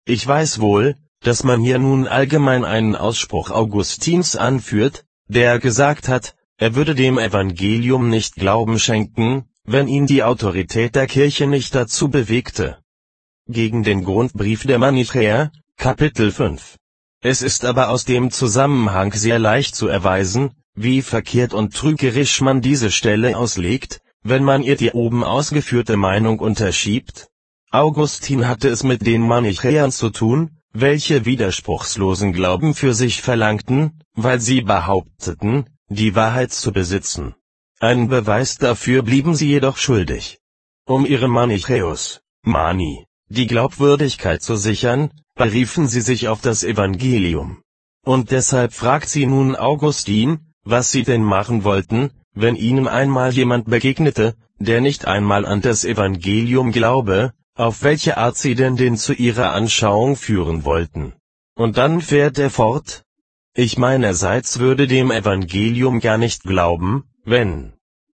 Ich weiß wohl, dass man hier nun allgemein einen Ausspruch Augustins anführt, der gesagt hat, er würde dem Evangelium nicht Glauben schenken, wenn ihn die Autorität der Kirche nicht dazu bewegte. Gegen den Grundbrief der Manichäer, Kapitel 5. Es ist aber aus dem Zusammenhang sehr leicht zu erweisen, wie verkehrt und trügerisch man diese Stelle auslegt, wenn man ihr die oben ausgeführte Meinung unterschiebt. Augustin hatte es mit den Manichäern zu tun, welche widerspruchslosen Glauben für sich verlangten, weil sie behaupteten, die Wahrheit zu besitzen. Einen Beweis dafür blieben sie jedoch schuldig. Um ihre Manichäus, Mani, die Glaubwürdigkeit zu sichern, beriefen sie sich auf das Evangelium. Und deshalb fragt sie nun Augustin, was sie denn machen wollten, wenn ihnen einmal jemand begegnete, der nicht einmal an das Evangelium glaube, auf welche Art sie denn den zu ihrer Anschauung führen wollten. Und dann fährt er fort: Ich meinerseits würde dem Evangelium gar nicht glauben, wenn.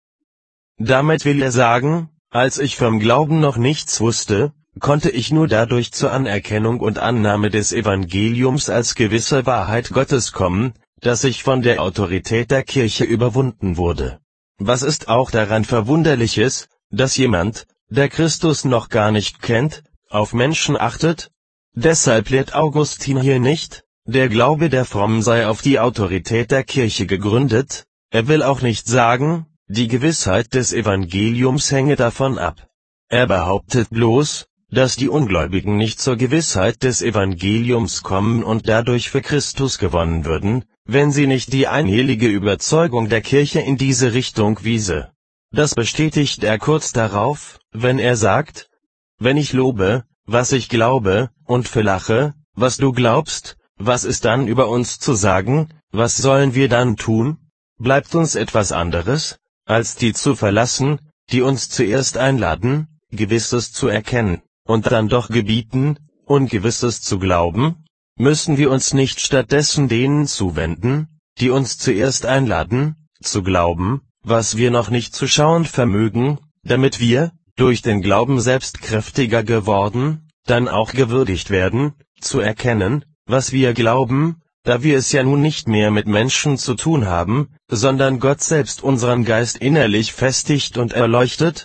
Damit will er sagen, als ich vom Glauben noch nichts wusste, konnte ich nur dadurch zur Anerkennung und Annahme des Evangeliums als gewisse Wahrheit Gottes kommen, dass ich von der Autorität der Kirche überwunden wurde. Was ist auch daran Verwunderliches, dass jemand, der Christus noch gar nicht kennt, auf Menschen achtet? Deshalb lehrt Augustin hier nicht, der Glaube der Frommen sei auf die Autorität der Kirche gegründet. Er will auch nicht sagen, die Gewissheit des Evangeliums hänge davon ab. Er behauptet bloß, dass die Ungläubigen nicht zur Gewissheit des Evangeliums kommen und dadurch für Christus gewonnen würden, wenn sie nicht die einhellige Überzeugung der Kirche in diese Richtung wiese. Das bestätigt er kurz darauf, wenn er sagt: Wenn ich lobe, was ich glaube, und verlache, was du glaubst, was ist dann über uns zu sagen, was sollen wir dann tun? Bleibt uns etwas anderes, als die zu verlassen, die uns zuerst einladen, Gewisses zu erkennen, und dann doch gebieten, Ungewisses zu glauben? Müssen wir uns nicht stattdessen denen zuwenden, die uns zuerst einladen, zu glauben, was wir noch nicht zu schauen vermögen, damit wir, durch den Glauben selbst kräftiger geworden, dann auch gewürdigt werden, zu erkennen, was wir glauben, da wir es ja nun nicht mehr mit Menschen zu tun haben, sondern Gott selbst unseren Geist innerlich festigt und erleuchtet?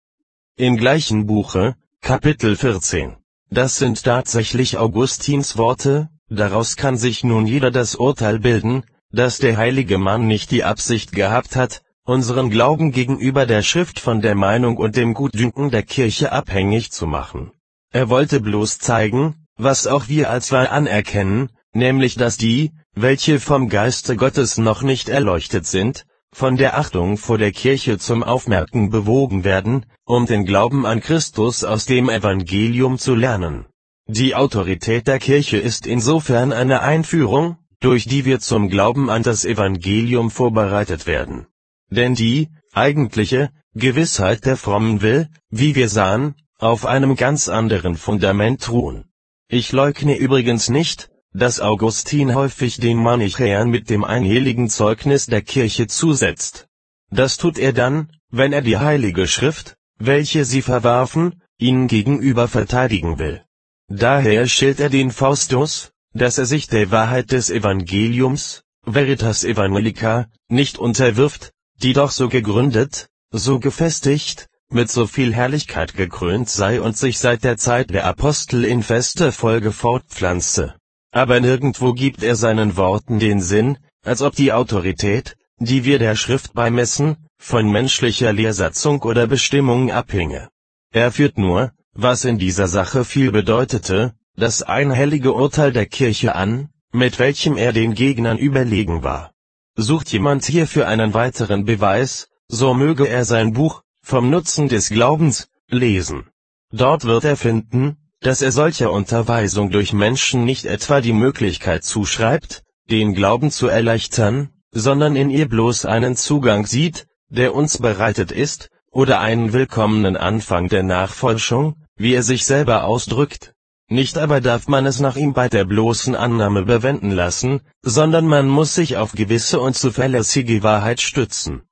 Im gleichen Buche, Kapitel 14. Das sind tatsächlich Augustins Worte, daraus kann sich nun jeder das Urteil bilden, dass der heilige Mann nicht die Absicht gehabt hat, unseren Glauben gegenüber der Schrift von der Meinung und dem Gutdünken der Kirche abhängig zu machen. Er wollte bloß zeigen, was auch wir als wahr anerkennen, nämlich dass die, welche vom Geiste Gottes noch nicht erleuchtet sind, von der Achtung vor der Kirche zum Aufmerken bewogen werden, um den Glauben an Christus aus dem Evangelium zu lernen. Die Autorität der Kirche ist insofern eine Einführung, durch die wir zum Glauben an das Evangelium vorbereitet werden. Denn die eigentliche Gewissheit der Frommen will, wie wir sahen, auf einem ganz anderen Fundament ruhen. Ich leugne übrigens nicht, dass Augustin häufig den Manichäern mit dem einhelligen Zeugnis der Kirche zusetzt. Das tut er dann, wenn er die Heilige Schrift, welche sie verwarfen, ihnen gegenüber verteidigen will. Daher schilt er den Faustus, dass er sich der Wahrheit des Evangeliums, Veritas Evangelica, nicht unterwirft, die doch so gegründet, so gefestigt, mit so viel Herrlichkeit gekrönt sei und sich seit der Zeit der Apostel in fester Folge fortpflanze. Aber nirgendwo gibt er seinen Worten den Sinn, als ob die Autorität, die wir der Schrift beimessen, von menschlicher Lehrsatzung oder Bestimmung abhinge. Er führt nur, was in dieser Sache viel bedeutete, das einhellige Urteil der Kirche an, mit welchem er den Gegnern überlegen war. Sucht jemand hierfür einen weiteren Beweis, so möge er sein Buch Vom Nutzen des Glaubens lesen. Dort wird er finden, dass er solcher Unterweisung durch Menschen nicht etwa die Möglichkeit zuschreibt, den Glauben zu erleichtern, sondern in ihr bloß einen Zugang sieht, der uns bereitet ist, oder einen willkommenen Anfang der Nachforschung, wie er sich selber ausdrückt. Nicht aber darf man es nach ihm bei der bloßen Annahme bewenden lassen, sondern man muss sich auf gewisse und zuverlässige Wahrheit stützen.